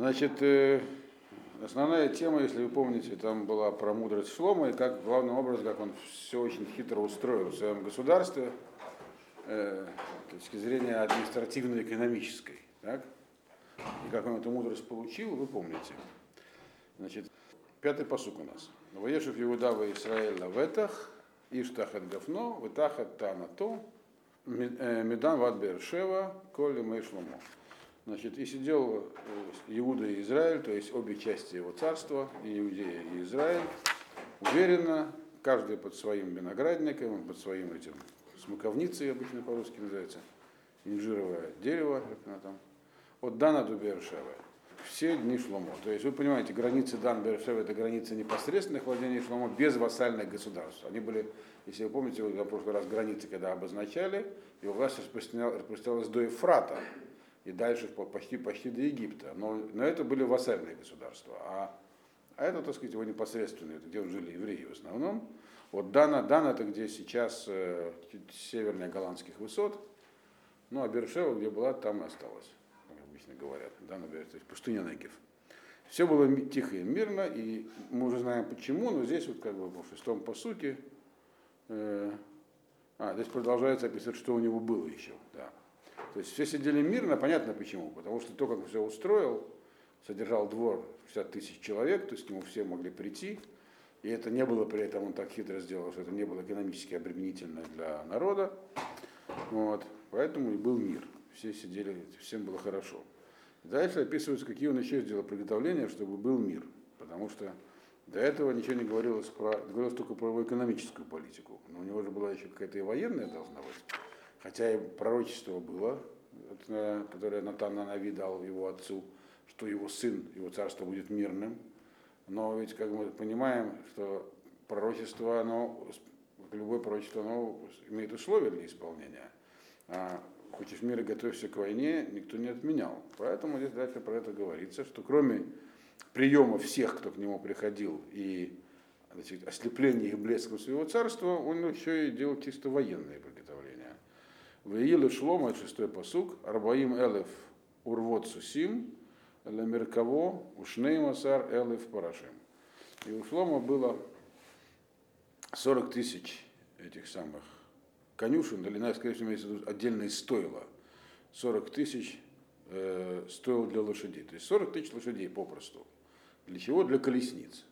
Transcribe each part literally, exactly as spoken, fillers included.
Значит, э, основная тема, если вы помните, там была про мудрость Шлома и как главным образом, как он все очень хитро устроил в своем государстве э, с точки зрения административно-экономической. Так? И как он эту мудрость получил, вы помните. Значит, пятый пасук у нас. Воешев Иуда во Исраэль лаветах, Иштахат Гафно, Витахат Танато, Медан Вад Бершева, Коли Мэй Шломо. Значит, и сидел Иуда и Израиль, то есть обе части его царства, и Иудея, и Израиль, уверенно, каждый под своим виноградником, под своим этим смоковницей, обычно по-русски называется, инжировое дерево, как она там, от Дана до Бершевы. Все дни Шломо. То есть, вы понимаете, границы Дан Бершева это границы непосредственных владений Шломо без вассальных государств. Они были, если вы помните, в прошлый раз границы, когда обозначали, его власть распространялась до Ефрата и дальше почти, почти до Египта. Но, но это были вассальные государства. А, а это, так сказать, его непосредственные, где жили евреи в основном. Вот Дана, Дан это где сейчас э, чуть севернее голландских высот, ну а Бершева, где была, там и осталась. Говорят, да, например, то есть пустыня Негев. Все было тихо и мирно, и мы уже знаем почему, но здесь вот как бы в шестом посуке, э, а, здесь продолжается описывать, что у него было еще. Да. То есть все сидели мирно, понятно почему, потому что то, как он все устроил, содержал двор шестьдесят тысяч человек, то есть к нему все могли прийти, и это не было при этом, он так хитро сделал, что это не было экономически обременительно для народа, вот, поэтому и был мир, все сидели, всем было хорошо. Дальше описывается, какие он еще сделал приготовления, чтобы был мир. Потому что до этого ничего не говорилось, про, говорилось только про его экономическую политику. Но у него же была еще какая-то и военная должна быть. Хотя и пророчество было, которое Натан Нави дал его отцу, что его сын, его царство будет мирным. Но ведь, как мы понимаем, что пророчество, оно, любое пророчество, оно имеет условия для исполнения. Хочешь мира, готовься к войне, никто не отменял. Поэтому здесь дальше про это говорится, что кроме приема всех, кто к нему приходил, и значит, ослепления их блеском своего царства, он еще и делал чисто военные приготовления. Веилы Шлома, шестой посук, Арбаим Элев Урвот Сусим, Лемеркаво, Ушней Масар Элев Парашим. И у Шлома было сорок тысяч этих самых конюшен, или, скорее всего, имеется в виду отдельные стойла. сорок тысяч э, стоил для лошадей. То есть сорок тысяч лошадей попросту. Для чего? Для колесниц.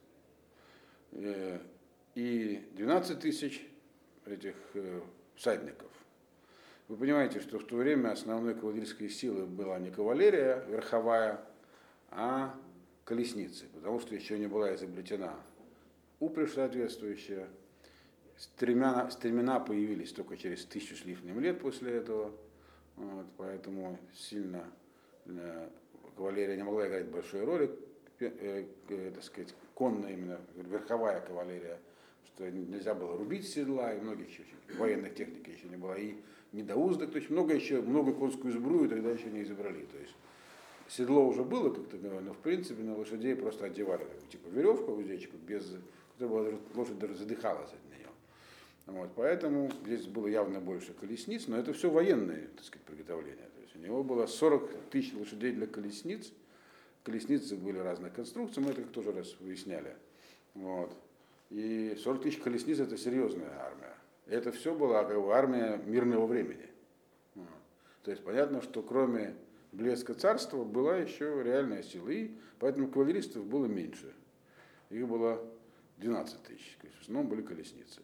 Э, и двенадцать тысяч этих э, всадников. Вы понимаете, что в то время основной кавалерийской силой была не кавалерия верховая, а колесницы. Потому что еще не была изобретена упряжь соответствующая. Стремена, стремена появились только через тысячу с лишним лет после этого, вот, поэтому сильно э, кавалерия не могла играть большой роли, э, э, так сказать, конная именно, верховая кавалерия, что нельзя было рубить с седла, и многих еще, военных техник еще не было, и недоуздок, то есть много еще, много конскую сбрую тогда еще не изобрели, то есть седло уже было, как-то говоря, но в принципе на лошадей просто одевали, типа веревку, уздечку, без, которая лошадь даже задыхалась от нее. Вот, поэтому здесь было явно больше колесниц, но это все военные, так сказать, приготовления. То есть у него было сорок тысяч лошадей для колесниц. Колесницы были разных конструкций, мы это тоже раз выясняли. Вот. И сорок тысяч колесниц это серьезная армия. Это все была как бы армия мирного времени. Вот. То есть понятно, что кроме блеска царства была еще реальная сила, и поэтому кавалеристов было меньше. Их было двенадцать тысяч, то есть в основном были колесницы.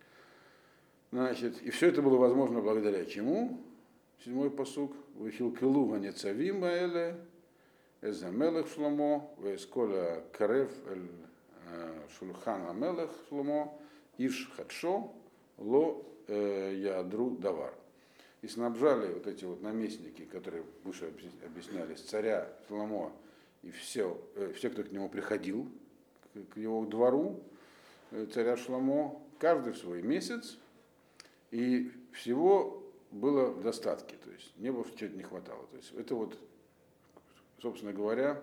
Значит, и все это было возможно благодаря чему? Седьмой посук. Вихилкилу ганецавим баэле, эзамелех Шломо, вэсколя карев эль шульхан амелех Шломо, иш хадшо, ло ядру давар. И снабжали вот эти вот наместники, которые выше объяснялись, царя Шломо, и все, все, кто к нему приходил, к его двору, царя Шломо, каждый в свой месяц. И всего было в достатке, то есть не было, чего-то не хватало. То есть это вот, собственно говоря,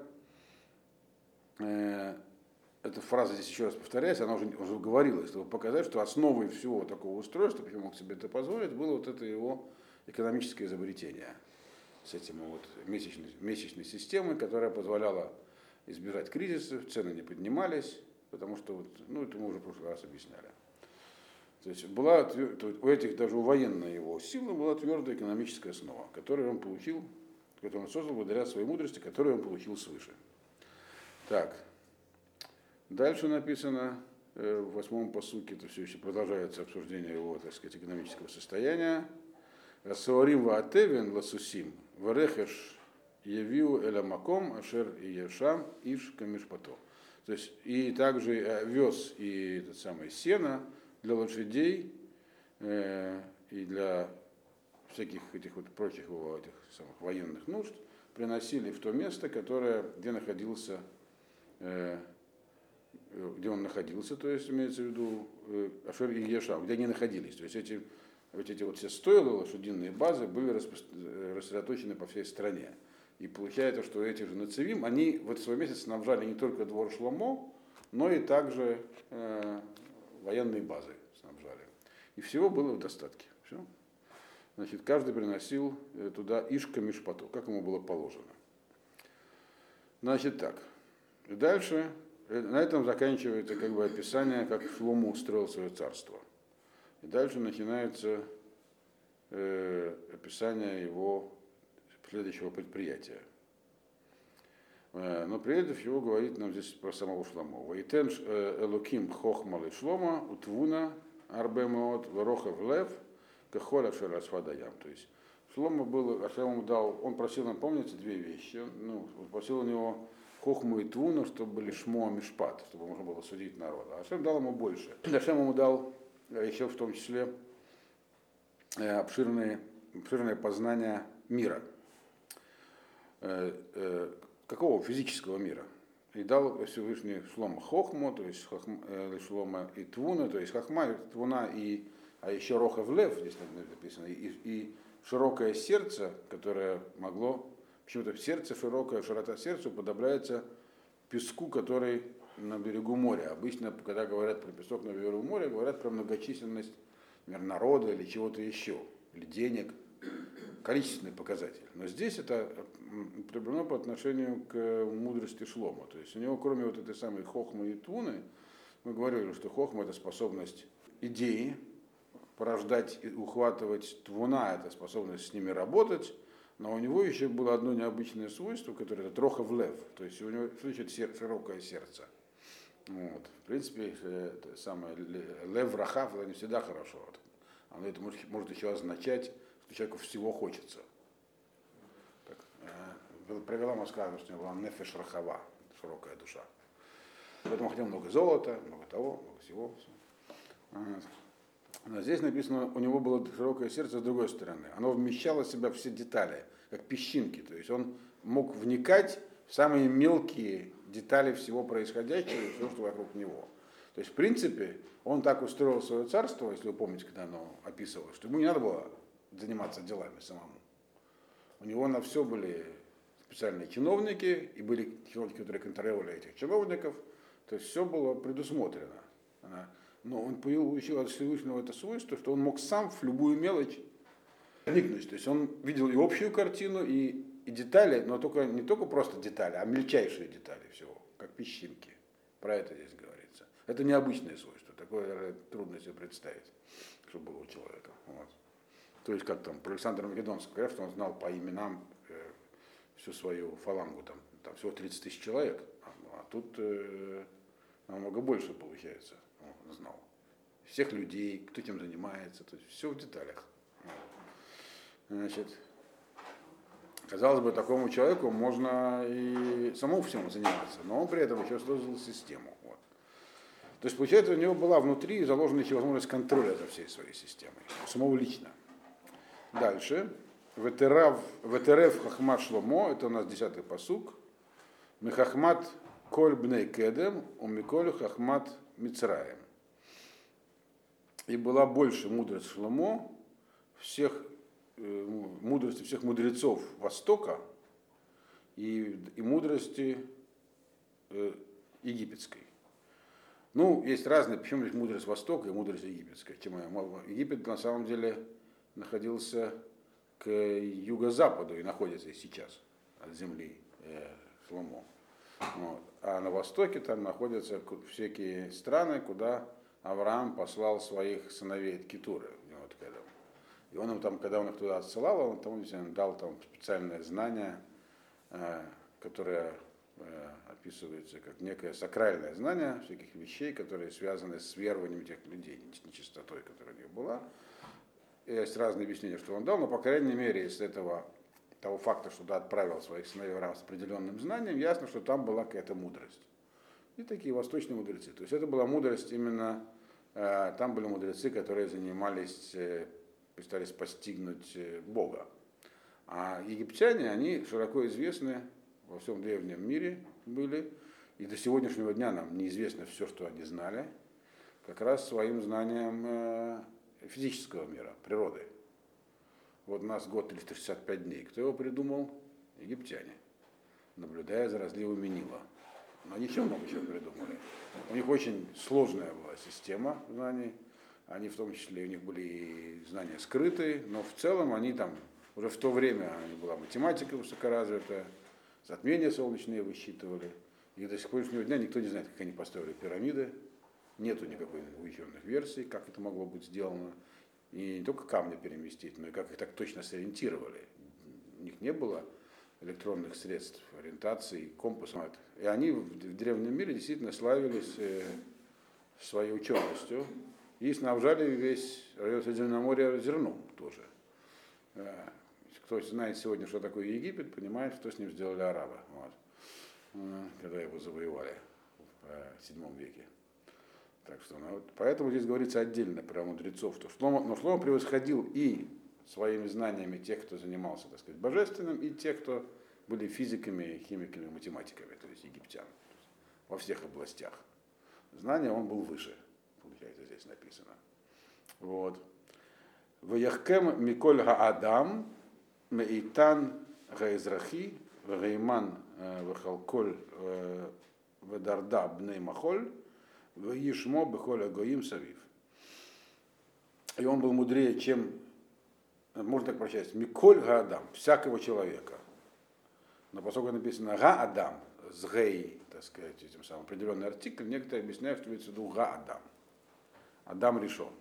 э, эта фраза здесь еще раз повторяется, она уже, уже говорилась, чтобы показать, что основой всего такого устройства, почему мог себе это позволить, было вот это его экономическое изобретение. с этим вот месячной, месячной системой, которая позволяла избежать кризисов, цены не поднимались, потому что, вот, ну, это мы уже в прошлый раз объясняли. То есть была, у этих, даже у военной его силы была твердая экономическая основа, которую он получил, которую он создал благодаря своей мудрости, которую он получил свыше. Так, дальше написано э, в восьмом пасуке, это все еще продолжается обсуждение его, так сказать, экономического состояния. Саорим ваатевен ласусим, варехеш явиу эламаком, ашер и ешам, иш камишпато. То есть и также овес и этот самый сено для лошадей э, и для всяких этих вот прочих его, этих самых военных нужд приносили в то место, которое, где находился, э, где он находился, то есть имеется в виду э, Ашер и Ешам, где они находились. То есть эти, вот эти вот все стойла, лошадиные базы были рассредоточены по всей стране. И получается, что эти же нацевим, они в этот свой месяц снабжали не только двор Шломо, но и также э, военные базы снабжали. И всего было в достатке. Все. Значит, каждый приносил туда ишка мишпату, как ему было положено. Значит так. И дальше, на этом заканчивается как бы описание, как Шломо устроил свое царство. И дальше начинается э, описание его следующего предприятия. Э, но прежде всего говорит нам здесь про самого Шломо. Ваитен элоким хохмал и шлома утвуна арбемеот варохав лев кахоля шерасфадаям. То есть Шломо был, Ашем ему дал, он просил нам, помните, две вещи. Он, ну, просил у него хохму и твуну, чтобы были шмо мишпат, чтобы можно было судить народ. А Ашем дал ему больше. Ашем ему дал еще в том числе обширные, обширное познание мира. Э, э, какого физического мира? И дал Всевышний Шломо хохму, то есть хохма, э, Шломо и твуну, то есть хохма, твуна и а еще рохав лев, здесь написано, и, и широкое сердце, которое могло, почему-то сердце широкое, широта сердца уподобляется песку, который на берегу моря. Обычно, когда говорят про песок на берегу моря, говорят про многочисленность, например, народа или чего-то еще, или денег, количественный показатель. Но здесь это употреблено по отношению к мудрости Шломо. То есть у него, кроме вот этой самой хохмы и твуны, мы говорили, что хохма — это способность идеи, порождать и ухватывать, твуна — это способность с ними работать, но у него еще было одно необычное свойство, которое это трохав лев, то есть у него значит широкое сердце. Вот. В принципе, это самое лев рахав, это не всегда хорошо. Оно это может, может еще означать, что человеку всего хочется. Так, э, провела Москва, что у него была нефеш рахава, широкая душа. Поэтому хотел много золота, много того, много всего. Вот. Но здесь написано, у него было широкое сердце с другой стороны. Оно вмещало в себя все детали, как песчинки. То есть он мог вникать в самые мелкие детали всего происходящего и все, что вокруг него. То есть, в принципе, он так устроил свое царство, если вы помните, когда оно описывалось, что ему не надо было заниматься делами самому. У него на все были специальные чиновники, и были чиновники, которые контролировали этих чиновников. То есть все было предусмотрено. Но он получил от Всевышнего это свойство, что он мог сам в любую мелочь вникнуть. То есть он видел и общую картину, и, и детали, но только, не только просто детали, а мельчайшие детали всего, как песчинки. Про это здесь говорится. Это необычное свойство, такое даже трудно себе представить, что было у человека. Вот. То есть как там про Александра Македонского говорят, что он знал по именам э, всю свою фалангу, там, там всего тридцать тысяч человек, а, а тут э, намного больше получается. Он знал всех людей, кто чем занимается, то есть все в деталях. Значит, казалось бы, такому человеку можно и самому всему заниматься, но он при этом еще создал систему. Вот. То есть, получается, у него была внутри заложена еще возможность контроля за всей своей системой, самого лично. Дальше. Ветерев хахмат шломо, это у нас десятый пасук. Мехахмат коль бней кедем, у миколю хахмат мицраем. И была больше мудрость Шломо всех, э, мудрости всех мудрецов Востока и, и мудрости э, египетской. Ну, есть разные, почему есть мудрость Востока и мудрость египетская. Чем Египет на самом деле находился к юго-западу и находится и сейчас от земли э, Шломо. Вот. А на востоке там находятся всякие страны, куда Авраам послал своих сыновей от Кетуры. Вот, и он им там, когда он их туда отсылал, он там он дал там специальное знание, э, которое э, описывается как некое сакральное знание всяких вещей, которые связаны с верованием тех людей, нечистотой, которая у них была. И есть разные объяснения, что он дал, но, по крайней мере, из этого того факта, что туда отправил своих сыновей Авраам с определенным знанием, ясно, что там была какая-то мудрость. И такие восточные мудрецы. То есть это была мудрость именно, э, там были мудрецы, которые занимались, э, пытались постигнуть э, Бога. А египтяне, они широко известны во всем древнем мире были, и до сегодняшнего дня нам неизвестно все, что они знали, как раз своим знанием э, физического мира, природы. Вот у нас год триста шестьдесят пять дней. Кто его придумал? Египтяне, наблюдая за разливами Нила. Но они еще много чего придумали. У них очень сложная была система знаний. Они в том числе, у них были и знания скрытые, но в целом они там, уже в то время была математика высокоразвитая, затмения солнечные высчитывали. И до сегодняшнего дня никто не знает, как они построили пирамиды. Нету никакой ученых версий, как это могло быть сделано. И не только камни переместить, но и как их так точно сориентировали. У них не было электронных средств ориентации, компаса. И они в древнем мире действительно славились своей ученостью и снабжали весь район Средиземноморья зерном тоже. Кто знает сегодня, что такое Египет, понимает, что с ним сделали арабы, вот, когда его завоевали в седьмом веке. Так что, ну, вот, поэтому здесь говорится отдельно про мудрецов. То Шломо, но Шломо превосходил и своими знаниями тех, кто занимался, так сказать, божественным, и тех, кто были физиками, химиками, математиками, то есть египтян, то есть во всех областях. Знания он был выше, получается, здесь написано. Вот. Ваяхкем Миколь Гаадам, Меитан Гаизрахи, Вагайман Вахалколь Вадарда Бней Махоль, Ваишмо Бехоля Гоим Савив. И он был мудрее, чем, можно так прочесть, Миколь Гаадам, всякого человека. Но поскольку написано Гаадам, с Гей, так сказать, этим самым определенный артикль, некоторые объясняют, что имеется в виду Гаадам. Адам решен.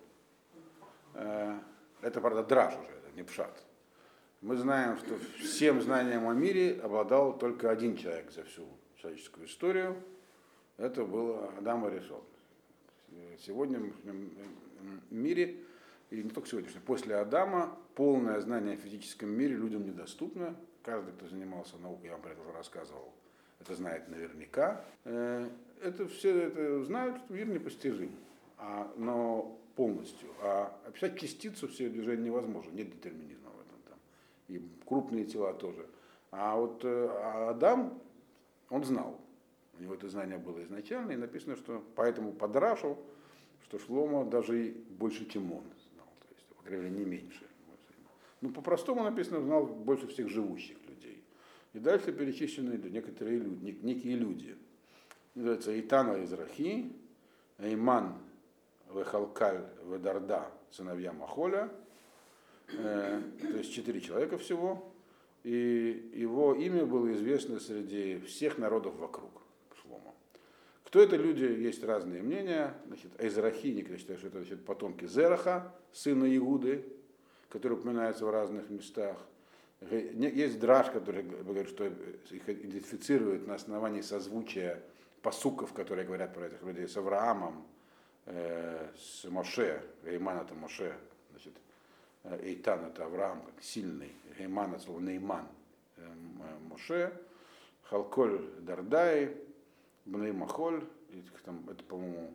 Это, правда, драж уже, это не пшат. Мы знаем, что всем знанием о мире обладал только один человек за всю человеческую историю. Это был Адам Аришон. Сегодня в мире, и не только сегодня, после Адама, полное знание о физическом мире людям недоступно. Каждый, кто занимался наукой, я вам про это уже рассказывал, это знает наверняка. Это все это знают, что мир непостижим, а, но полностью. А описать частицу всего движения невозможно, нет детерминизма в этом там. И крупные тела тоже. А вот а Адам, он знал. У него это знание было изначально, и написано, что поэтому подрашу, что Шломо даже и больше, чем он знал, то есть, по крайней мере, не меньше. Ну, по-простому написано, знал больше всех живущих людей. И дальше перечислены некоторые люди, некие люди. Называется Итана Израхи, Эйман Вехалкаль Ведарда, сыновья Махоля, э, то есть четыре человека всего, и его имя было известно среди всех народов вокруг. Кто это люди, есть разные мнения. Значит, Эзрахи, некоторые считают, что это значит, потомки Зераха, сына Иуды, который упоминается в разных местах. Есть драж, который говорит, что их идентифицирует на основании созвучия пасуков, которые говорят про этих людей, с Авраамом, э, с Моше, Эйман это Моше, значит, Эйтан это Авраам, как сильный, Эйман это слово Нейман, э, Моше, Халколь Дардай, Бней Махоль, это, по-моему,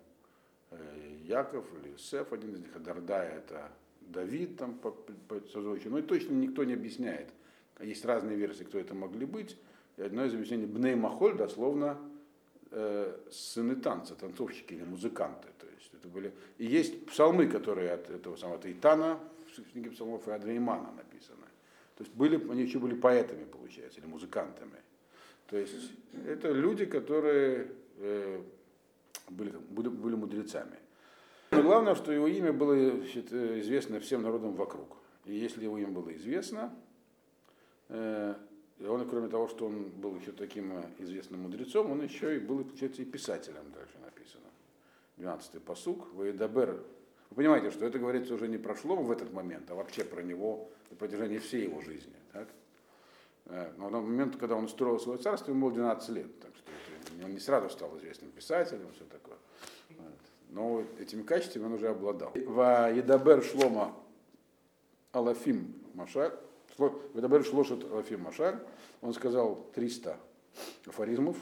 Яков или Юсеф, один из них, а Дардай это Давид, там, по, по созвучию. Но точно никто не объясняет. Есть разные версии, кто это могли быть. И одно из объяснений Бней Махоль, дословно, э, сыны танца, танцовщики или музыканты. То есть это были... И есть псалмы, которые от этого самого Итана, в книге псалмов, и от Реймана написаны. То есть были, они еще были поэтами, получается, или музыкантами. То есть это люди, которые э, были, были мудрецами. Но главное, что его имя было, значит, известно всем народам вокруг. И если его им было известно, э, и он, кроме того, что он был еще таким известным мудрецом, он еще и был, получается, и писателем, дальше написано. двенадцатый пасук. Ваидабер. Вы понимаете, что это говорится уже не про Шлому в этот момент, а вообще про него на протяжении всей его жизни. Так? Но на момент, когда он устроил свое царство, ему было двенадцать лет. Так что он не сразу стал известным писателем, все такое. Но этими качествами он уже обладал. Ваидабер Шлома Алафим Машаль. Ваидабер Шлошет Алафим Машаль. Он сказал триста афоризмов.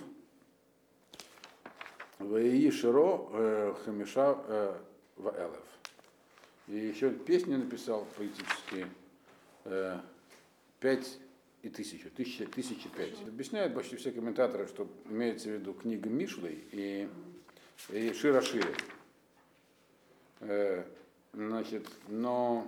Ваи Широ Хамиша Ваэлев. И еще песни написал поэтические. Пять и тысячу, тысяча, тысячи пять. Объясняют почти все комментаторы, что имеется в виду книга Мишлей и, и Шира Шире. Э, значит, но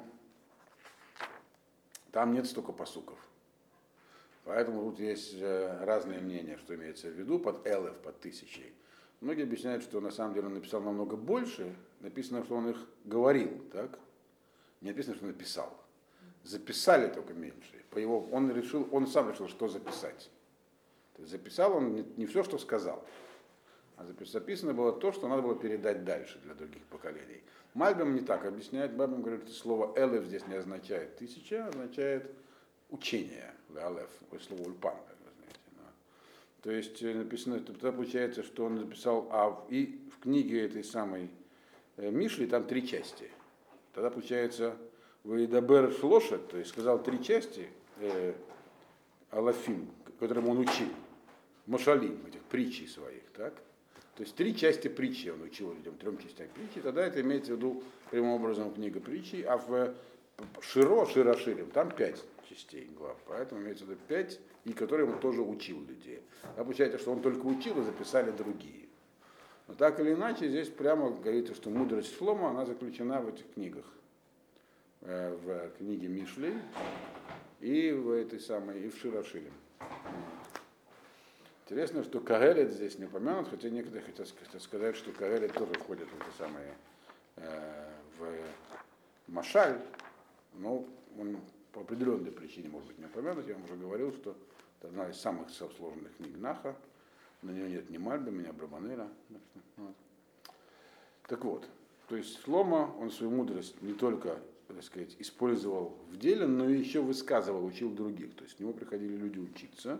там нет столько пасуков. Поэтому тут есть разные мнения, что имеется в виду под элев, под тысячей. Многие объясняют, что на самом деле он написал намного больше. Написано, что он их говорил, так? Не написано, что написал. Записали только меньше. По его, он, решил, он сам решил, что записать. То есть записал он не, не все, что сказал, а записано было то, что надо было передать дальше для других поколений. Мальбим не так объясняет. Мальбим говорит, что слово «элев» здесь не означает «тысяча», а означает «учение». «Алеф», слово «ульпан», как вы знаете. Да. То есть написано, тогда получается, что он записал, а и в книге этой самой Мишли там три части. Тогда получается Ваидабер Шлошет, то есть сказал три части э, Алафим, которым он учил, Машалим, этих притчей своих, так? То есть три части притчи он учил людям, трем частям притчи, тогда это имеется в виду прямым образом книга притчи, а в Широ, Широ Ширим, там пять частей глав, поэтому имеется в виду пять, и которые он тоже учил людей. А получается, что он только учил, и записали другие. Но так или иначе, здесь прямо говорится, что мудрость Шломо, она заключена в этих книгах. В книге Мишли и в этой самой, и в Широ Ширим. Интересно, что Кагелет здесь не упомянут, хотя некоторые хотят сказать, что Кагелет тоже входит в это самое, э, в Машаль, но он по определенной причине может быть не упомянут. Я вам уже говорил, что это одна из самых сложных книг Наха, на нее нет ни Мальба, ни Абраманеля. Вот. Так вот, то есть Шломо, он свою мудрость не только, так сказать, использовал в деле, но и еще высказывал, учил других. То есть к нему приходили люди учиться.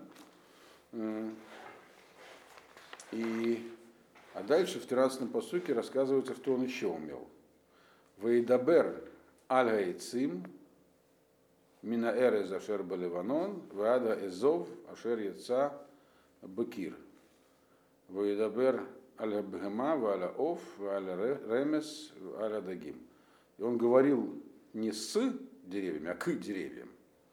И, а дальше в тринадцатом пасуке рассказывается, что он еще умел. Ваидабер аль-гайцим мина эрез ашер балеванон ваада эзов ашер яца бекир. Ваидабер аль-бхема валя ов валя ремес валя дагим. И он говорил не с деревьями, а к деревьям.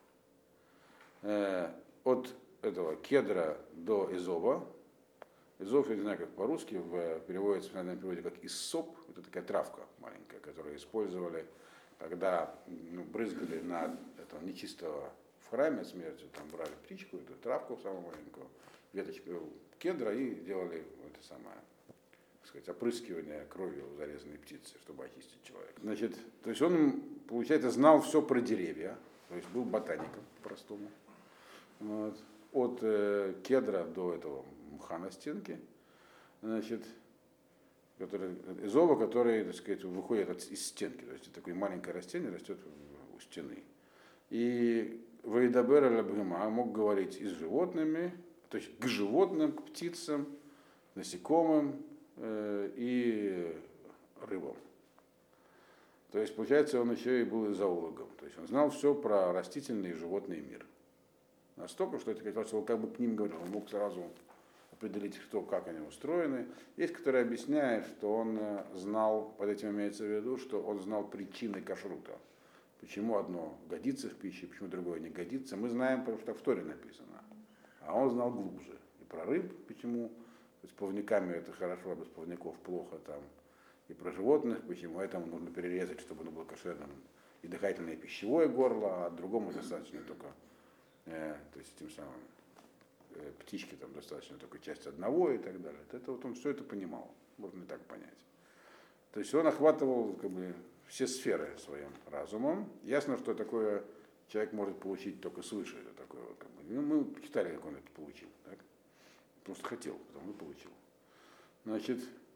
Э, от этого кедра до Эзова. Эзов, я не знаю, как по-русски, в, переводится, наверное, переводе как иссоп. Это такая травка маленькая, которую использовали, когда ну, брызгали на этого нечистого в храме смерти, там брали птичку, эту травку самую маленькую, веточку кедра и делали это самое, так сказать, опрыскивание кровью зарезанной птицы, чтобы очистить человека. Значит, то есть он, получается, знал все про деревья, то есть был ботаником по-простому. Вот. От э, кедра до этого мха на стенке, значит, который, эзова, который, так сказать, выходит от, из стенки, то есть такое маленькое растение растет у стены. И Ваидабер аль-Бхема мог говорить и с животными, то есть к животным, к птицам, насекомым э, и рыбам. То есть, получается, он еще и был и зоологом, то есть он знал все про растительный и животный мир. Настолько, что это казалось, он как бы к ним говорил, он мог сразу определить, кто, как они устроены. Есть, которые объясняют, что он знал, под этим имеется в виду, что он знал причины кашрута. Почему одно годится в пище, почему другое не годится. Мы знаем, потому что в Торе написано. А он знал глубже. И про рыб, почему с плавниками это хорошо, а без плавников плохо там. И про животных, почему этому нужно перерезать, чтобы оно было кошерным. И дыхательное и пищевое горло, а другому достаточно только Э, то есть тем самым э, птички там достаточно только часть одного и так далее. Это вот он все это понимал, можно и так понять. То есть он охватывал как бы все сферы своим разумом. Ясно, что такое человек может получить только свыше. Это такое, как бы. Ну, мы читали, как он это получил. Так? Просто хотел, потом и получил. Значит,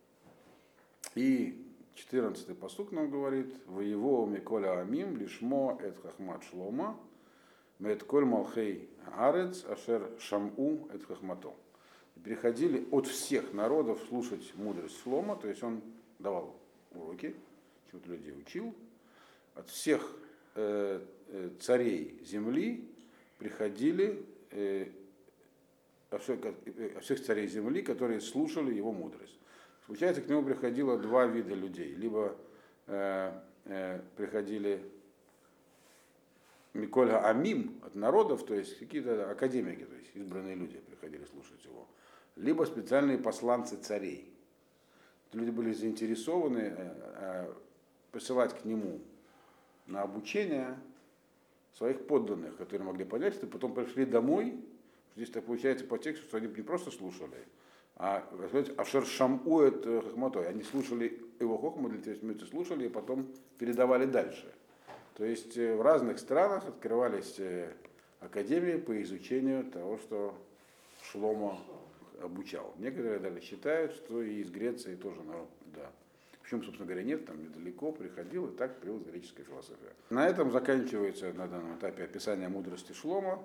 и четырнадцатый пасук нам говорит: «Воево миколя амим лишмо эт хахмат шлома мет коль малхей арец ашер шаму эт хахмато». Приходили от всех народов слушать мудрость Шлома, то есть он давал уроки, чему-то людей учил. От всех э, э, царей земли приходили, э, от всех, от всех царей земли, которые слушали его мудрость. Получается, к нему приходило два вида людей. Либо э, э, приходили Микольга Амим от народов, то есть какие-то академики, то есть избранные люди приходили слушать его. Либо специальные посланцы царей. Люди были заинтересованы э, э, посылать к нему на обучение своих подданных, которые могли понять, что потом пришли домой. Здесь так получается по тексту, что они не просто слушали, а ашер шаму это хохматой. Они слушали его хохму, для того, чтобы слушали, и потом передавали дальше. То есть в разных странах открывались академии по изучению того, что Шломо обучал. Некоторые даже считают, что и из Греции тоже народ, да. Почему, собственно говоря, нет, там недалеко приходил, и так привел греческая философия. На этом заканчивается на данном этапе описание мудрости Шломо,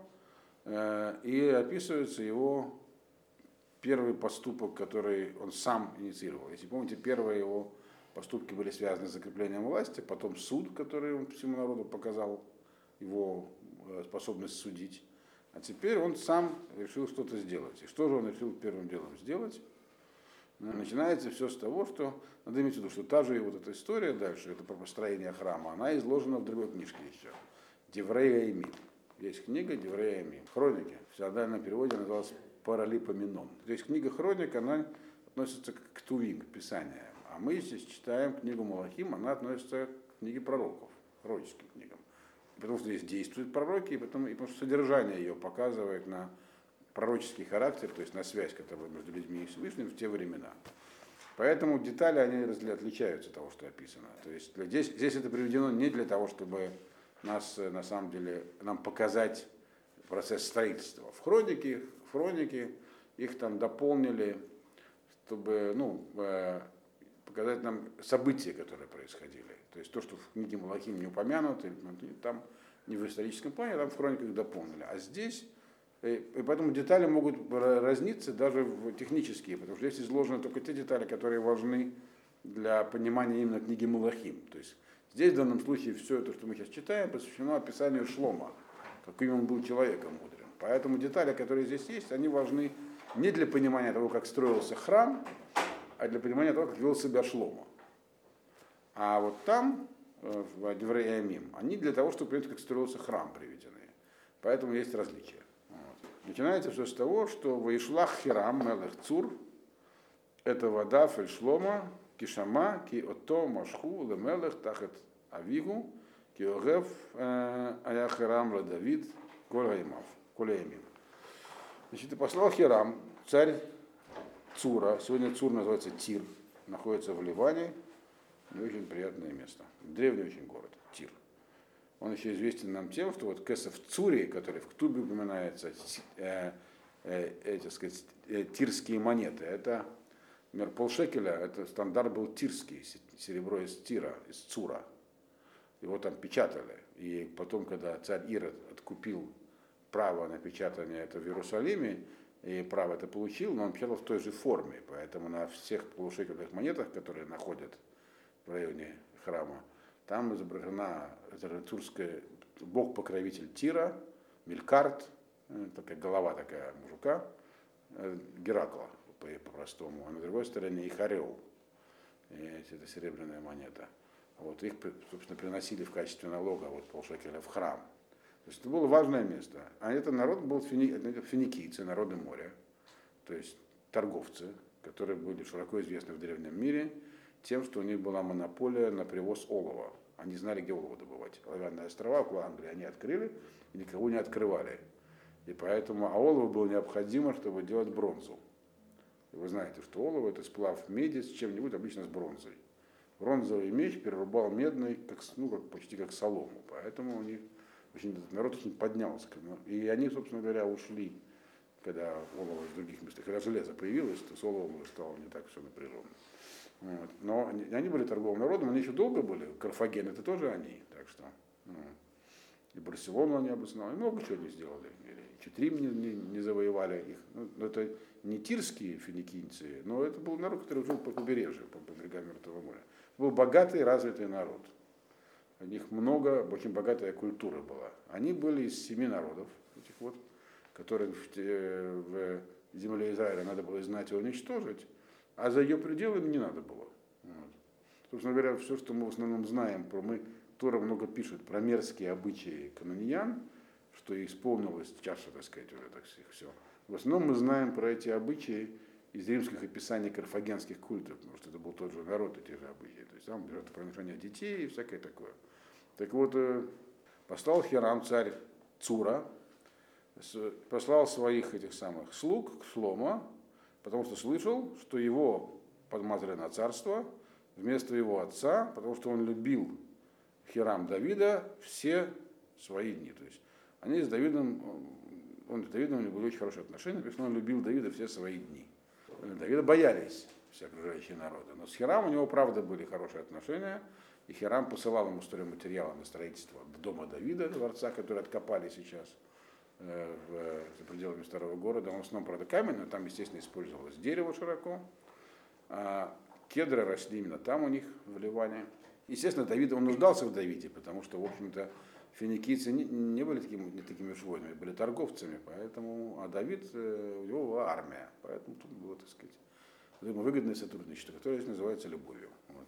э, и описывается его первый поступок, который он сам инициировал. Если помните, первые его поступки были связаны с закреплением власти, потом суд, который он всему народу показал, его способность судить. А теперь он сам решил что-то сделать. И что же он решил первым делом сделать? Начинается все с того, что надо иметь в виду, что та же и вот эта история дальше, это про построение храма, она изложена в другой книжке еще. Деврея и Мим. Есть книга Деврея и Мим. Хроники. В синодальном переводе называлась Паралипоменон. То есть книга Хроник, она относится к Тувим, к Писаниям. А мы здесь читаем книгу Малахим, она относится к книге пророков, пророческим книгам. Потому что здесь действуют пророки, и, потом, и потому что содержание ее показывает на пророческий характер, то есть на связь, которая между людьми и Всевышним в те времена. Поэтому детали, они отличаются от того, что описано. То есть здесь, здесь это приведено не для того, чтобы нас, на самом деле, нам показать процесс строительства. В хронике, в хронике их там дополнили, чтобы ну, показать нам события, которые происходили. То есть то, что в книге Малахим не упомянуто, там не в историческом плане, там в хрониках дополнили. А здесь, и поэтому детали могут разниться даже в технические, потому что здесь изложены только те детали, которые важны для понимания именно книги Малахим. То есть здесь в данном случае все это, что мы сейчас читаем, посвящено описанию Шлома, каким он был человеком мудрым. Поэтому детали, которые здесь есть, они важны не для понимания того, как строился храм, а для понимания того, как вел себя Шломо. А вот там, в Деврея и Мим, они для того, чтобы понять, как строился храм приведены. Поэтому есть различия. Вот. Начинается все с того, что Ваишлах Хирам Мелех Цур, это вода Фель Шлома, Кишама, Ки Ото Машху, Лемелех, Тахет Авигу, Ки Огев, Ая Хирам Ла Давид, Коля Ямим. Значит, и послал Хирам, царь Цура, сегодня Цур называется Тир, находится в Ливане, не очень приятное место, древний очень город, Тир. Он еще известен нам тем, что вот Кесов Цури, который в Ктубе упоминается, э, э, э, так сказать, э, тирские монеты, это, например, полшекеля, это стандарт был тирский, серебро из Тира, из Цура. Его там печатали. И потом, когда царь Ирод откупил право на печатание это в Иерусалиме, и право это получил, но он печатал в той же форме. Поэтому на всех полушекельных монетах, которые находят в районе храма, там изображена цурская бог-покровитель Тира, Мелькарт, такая голова такая мужика, Геракла по-простому, а на другой стороне их орел, и это серебряная монета. Вот их, собственно, приносили в качестве налога вот, полшекеля в храм. То есть это было важное место. А этот народ был фини... финикийцы, народы моря, то есть торговцы, которые были широко известны в древнем мире тем, что у них была монополия на привоз олова. Они знали, где олово добывать. Оловянные острова около Англии они открыли и никого не открывали. И поэтому а олово было необходимо, чтобы делать бронзу. И вы знаете, что олово это сплав меди с чем-нибудь, обычно с бронзой. бронзовый меч перерубал медный, как, с- ну, как, почти как солому. Поэтому у них очень, этот народ очень поднялся. И они, собственно говоря, ушли, когда олово из других местах. Когда железо появилось, то с оловом уже стало не так все напряженно. Вот. Но они, они были торговым народом, они еще долго были. Карфаген это тоже они. Так что, ну, и Барселону они обосновали, много чего они сделали. И чуть Рим не, не, не завоевали их. Ну, это не тирские финикийцы, но это был народ, который жил по побережью, по, по берегам Мертвого моря. Был богатый, развитый народ. У них много, очень богатая культура была. Они были из семи народов, этих вот, которых в, в земле Израиля надо было знать и уничтожить, а за ее пределами не надо было. Вот. Собственно говоря, все, что мы в основном знаем про мы, Тора много пишет про мерзкие обычаи канониян, что исполнилось чаша, так сказать, уже так все. В основном мы знаем про эти обычаи из римских описаний карфагенских культов, потому что это был тот же народ, эти же обычаи. То есть там жертвоприношение детей и всякое такое. Так вот, послал Хирам, царь Цура, послал своих этих самых слуг к Шломо, потому что слышал, что его подмазали на царство вместо его отца, потому что он любил Хирам Давида все свои дни. То есть они с Давидом, он с Давидом у них были очень хорошие отношения, потому что он любил Давида все свои дни. Давида боялись все окружающие народы. Но с Хирам у него, правда, были хорошие отношения, и Хирам посылал ему стройматериалы на строительство дома Давида, дворца, который откопали сейчас э, в, за пределами старого города. Он в основном, правда, каменный, там, естественно, использовалось дерево широко. А кедры росли именно там у них, в Ливане. Естественно, Давид, он нуждался в Давиде, потому что, в общем-то, финикийцы не, не были такими, не такими уж воинами, были торговцами, поэтому, а Давид, у него была армия, поэтому тут было, так сказать, взаимовыгодное сотрудничество, которое называется любовью. Вот.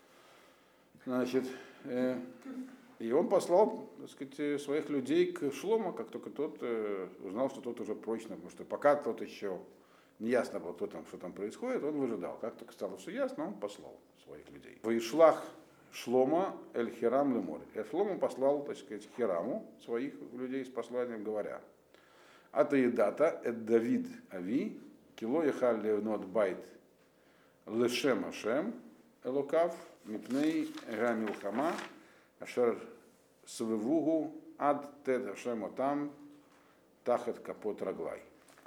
Значит, э, и он послал, так сказать, своих людей к Шлому, как только тот э, узнал, что тот уже прочно, потому что пока тот еще не ясно было, кто там, что там происходит, он выжидал. Как только стало все ясно, он послал своих людей. Ваишлах Шлома эль Хирам лемор. И Шлома послал, так сказать, Хираму своих людей с посланием, говоря: Атаидата эд Давид Ави, кило ехал левнот байт лешем Ашем элокав, мипней гамилхама, ашер свевугу ад тед Ашем отам тахет капот раглай.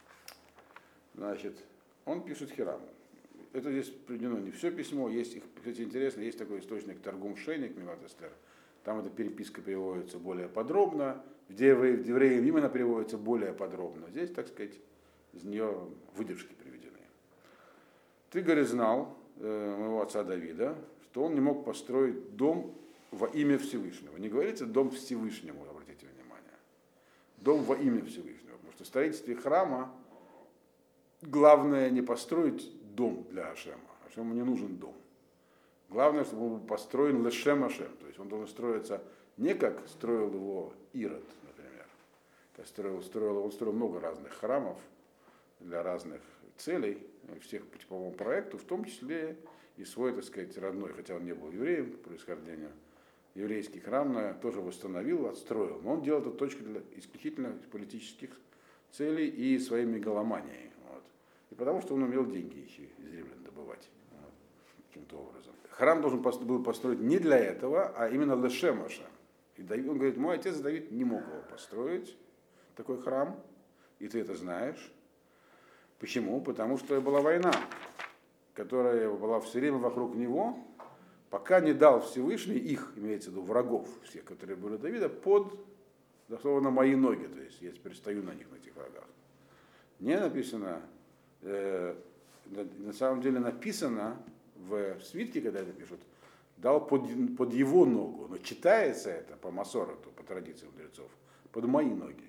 Значит, он пишет Хираму. Это здесь приведено не все письмо, есть, кстати, интересно, есть такой источник Таргум Шейник Милат Эстер, там эта переписка переводится более подробно, в Девреям именно переводится более подробно. Здесь, так сказать, из нее выдержки приведены. Ты, говорит, знал э, моего отца Давида, что он не мог построить дом во имя Всевышнего. Не говорится дом Всевышнему, обратите внимание. Дом во имя Всевышнего. Потому что в строительстве храма главное не построить дом для Ашема. Ашему не нужен дом. Главное, чтобы он был построен лешем Ашем. То есть он должен строиться не как строил его Ирод, например. Как строил, строил, он строил много разных храмов для разных целей, всех по типовому проекту, в том числе и свой, так сказать, родной, хотя он не был евреем по происхождению, еврейский храм тоже восстановил, отстроил. Но он делал это точкой для исключительно политических целей и своей мегаломанией. Вот. И потому что он умел деньги еще из римлян добывать. Вот, каким-то образом. Храм должен был построить не для этого, а именно лешем Ашем. И Давид, он говорит, мой отец Давид не мог его построить, такой храм, и ты это знаешь. Почему? Потому что была война, которая была все время вокруг него, пока не дал Всевышний их, имеется в виду врагов всех, которые были у Давида, под, дословно, мои ноги. То есть я теперь стою на них, на этих врагах. Не написано, э, на, на самом деле написано в свитке, когда это пишут, дал под, под его ногу, но читается это по Масорату, по традиции мудрецов, под мои ноги.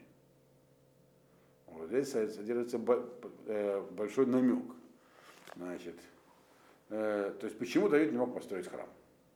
Вот здесь содержится большой намек. Значит, э, то есть почему Давид не мог построить храм?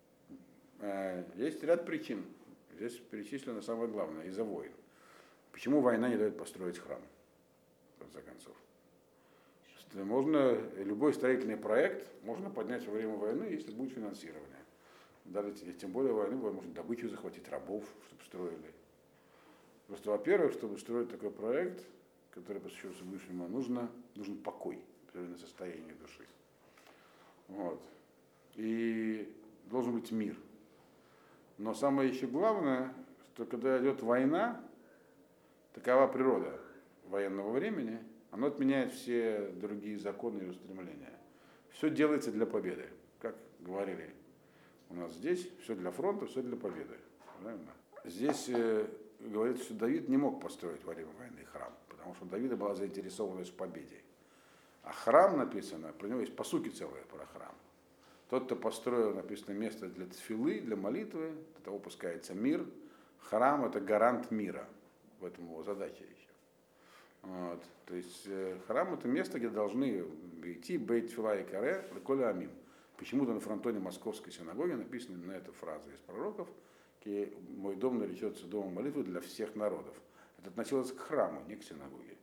Э, есть ряд причин. Здесь перечислено самое главное, из-за войн. Почему война не дает построить храм, в конце концов? Что можно, любой строительный проект можно поднять во время войны, если будет финансирование. Даже тем более войны, можно добычу захватить, рабов, чтобы строили. Просто, во-первых, чтобы строить такой проект, который посвящен Всевышнему, нужно, нужен покой, определенное состояние души. Вот. И должен быть мир. Но самое еще главное, что когда идет война, такова природа военного времени, оно отменяет все другие законы и устремления. Все делается для победы. Как говорили у нас здесь, все для фронта, все для победы. Правильно? Здесь э, говорится, что Давид не мог построить во время войны храм, потому что у Давида была заинтересованность в победе. А храм написано, про него есть пасуки целые про храм. Тот, кто построил, написано, место для тфилы, для молитвы, до того пускается мир. Храм — это гарант мира. В этом его задача еще. Вот. То есть э, храм — это место, где должны идти бейт тфила и каре, леколя амим. Почему-то на фронтоне Московской синагоги написана именно эта фраза из пророков: «Мой дом наречется домом молитвы для всех народов». Это относилось к храму, не к синагоге.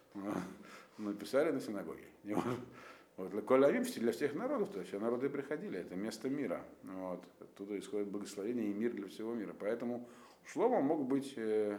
Написали на синагоге. Вот, леколя амим для всех народов, то есть все народы приходили, это место мира. Вот. Оттуда исходит благословение и мир для всего мира. Поэтому у Шломо мог быть э,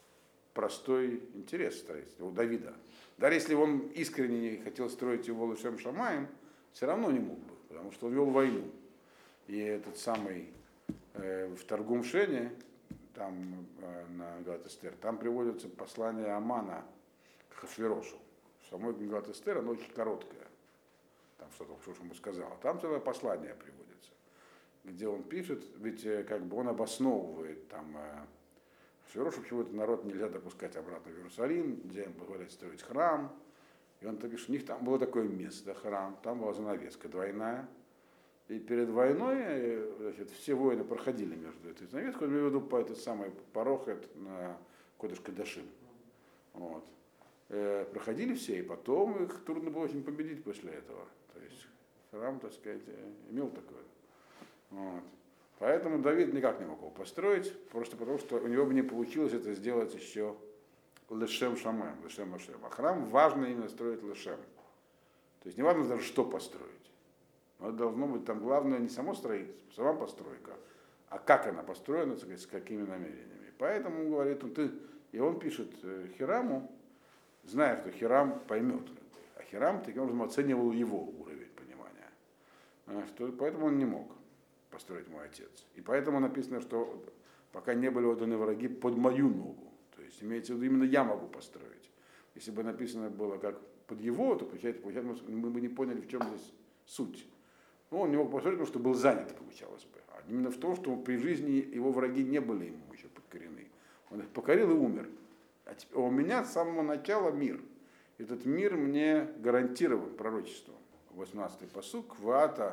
простой интерес строительства, у Давида. Даже если он искренне не хотел строить его лешем шамаем, все равно не мог бы, потому что он вел войну. И этот самый э, в Таргум Шене, там э, на Мегилат Эстер, там приводится послание Амана к Ахашверошу. Самой Мегилат Эстер, оно очень короткое. Там что-то, что ему сказал. Там целое послание приводится, где он пишет, ведь как бы он обосновывает там Ахашверошу, почему этот народ нельзя допускать обратно в Иерусалим, где им позволяют строить храм. И он пишет, у них там было такое место, храм, там была занавеска двойная. И перед войной, значит, все воины проходили между этой занавеской, он имеет в виду по этот самый Парохет на Кодеш Кадашим. Вот. Э, проходили все, и потом их трудно было очень победить после этого. То есть храм, так сказать, имел такое. Вот. Поэтому Давид никак не мог его построить, просто потому что у него бы не получилось это сделать еще лешем шамаем, лешем ашем. А храм важно именно строить лешем. То есть не важно даже, что построить. Но это должно быть там главное не само строительство, сама постройка, а как она построена, так сказать, с какими намерениями. Поэтому, говорит он, ты, и он пишет Хираму, зная, что Хирам поймет. А Хирам таким образом оценивал его уровень понимания. Что, поэтому он не мог построить мой отец. И поэтому написано, что пока не были отданы враги под мою ногу. То есть имеется в виду, именно я могу построить. Если бы написано было как под его, то получается, получается мы бы не поняли, в чем здесь суть. Ну, он не мог построить, потому что был занят, получалось бы. А именно в том, что при жизни его враги не были ему еще подкорены. Он их покорил и умер. А, теперь, а у меня с самого начала мир. Этот мир мне гарантирован пророчеством. восемнадцатый пасук. Ваата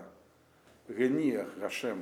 гениях Гашем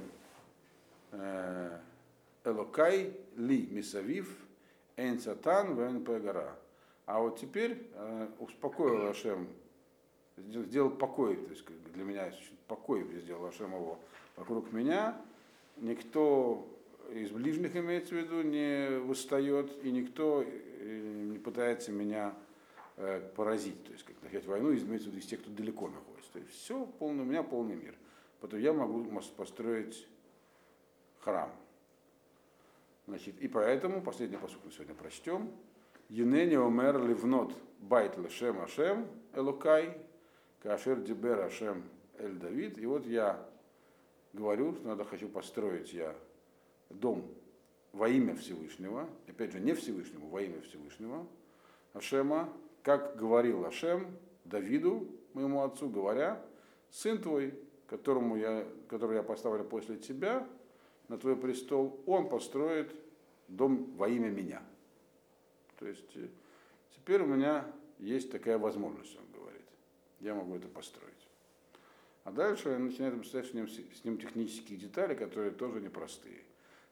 Элокай ли мисавив эн сатан вен пегара. А вот теперь э, успокоил Ашем, сделал покой, то есть для меня покой сделал Ашем его вокруг меня. Никто из ближних, имеется в виду, не восстает, и никто не пытается меня э, поразить, то есть как начать войну, имеется в виду из тех, кто далеко находится. То есть все, полный, у меня полный мир. Потом я могу построить храм. Значит, и поэтому, последний посуд мы сегодня прочтем. Юнени омер ливнот байт лешем Ашем элокай, кашер дибер Ашем эль Давид. И вот я говорю, что надо, хочу построить я дом во имя Всевышнего, опять же, не Всевышнему, во имя Всевышнего, Ашема, как говорил Ашем Давиду, моему отцу, говоря, сын твой, которому я, который я поставлю после тебя на твой престол, он построит дом во имя меня. То есть теперь у меня есть такая возможность, он говорит. Я могу это построить. А дальше начинает обсуждать с ним, с ним технические детали, которые тоже непростые.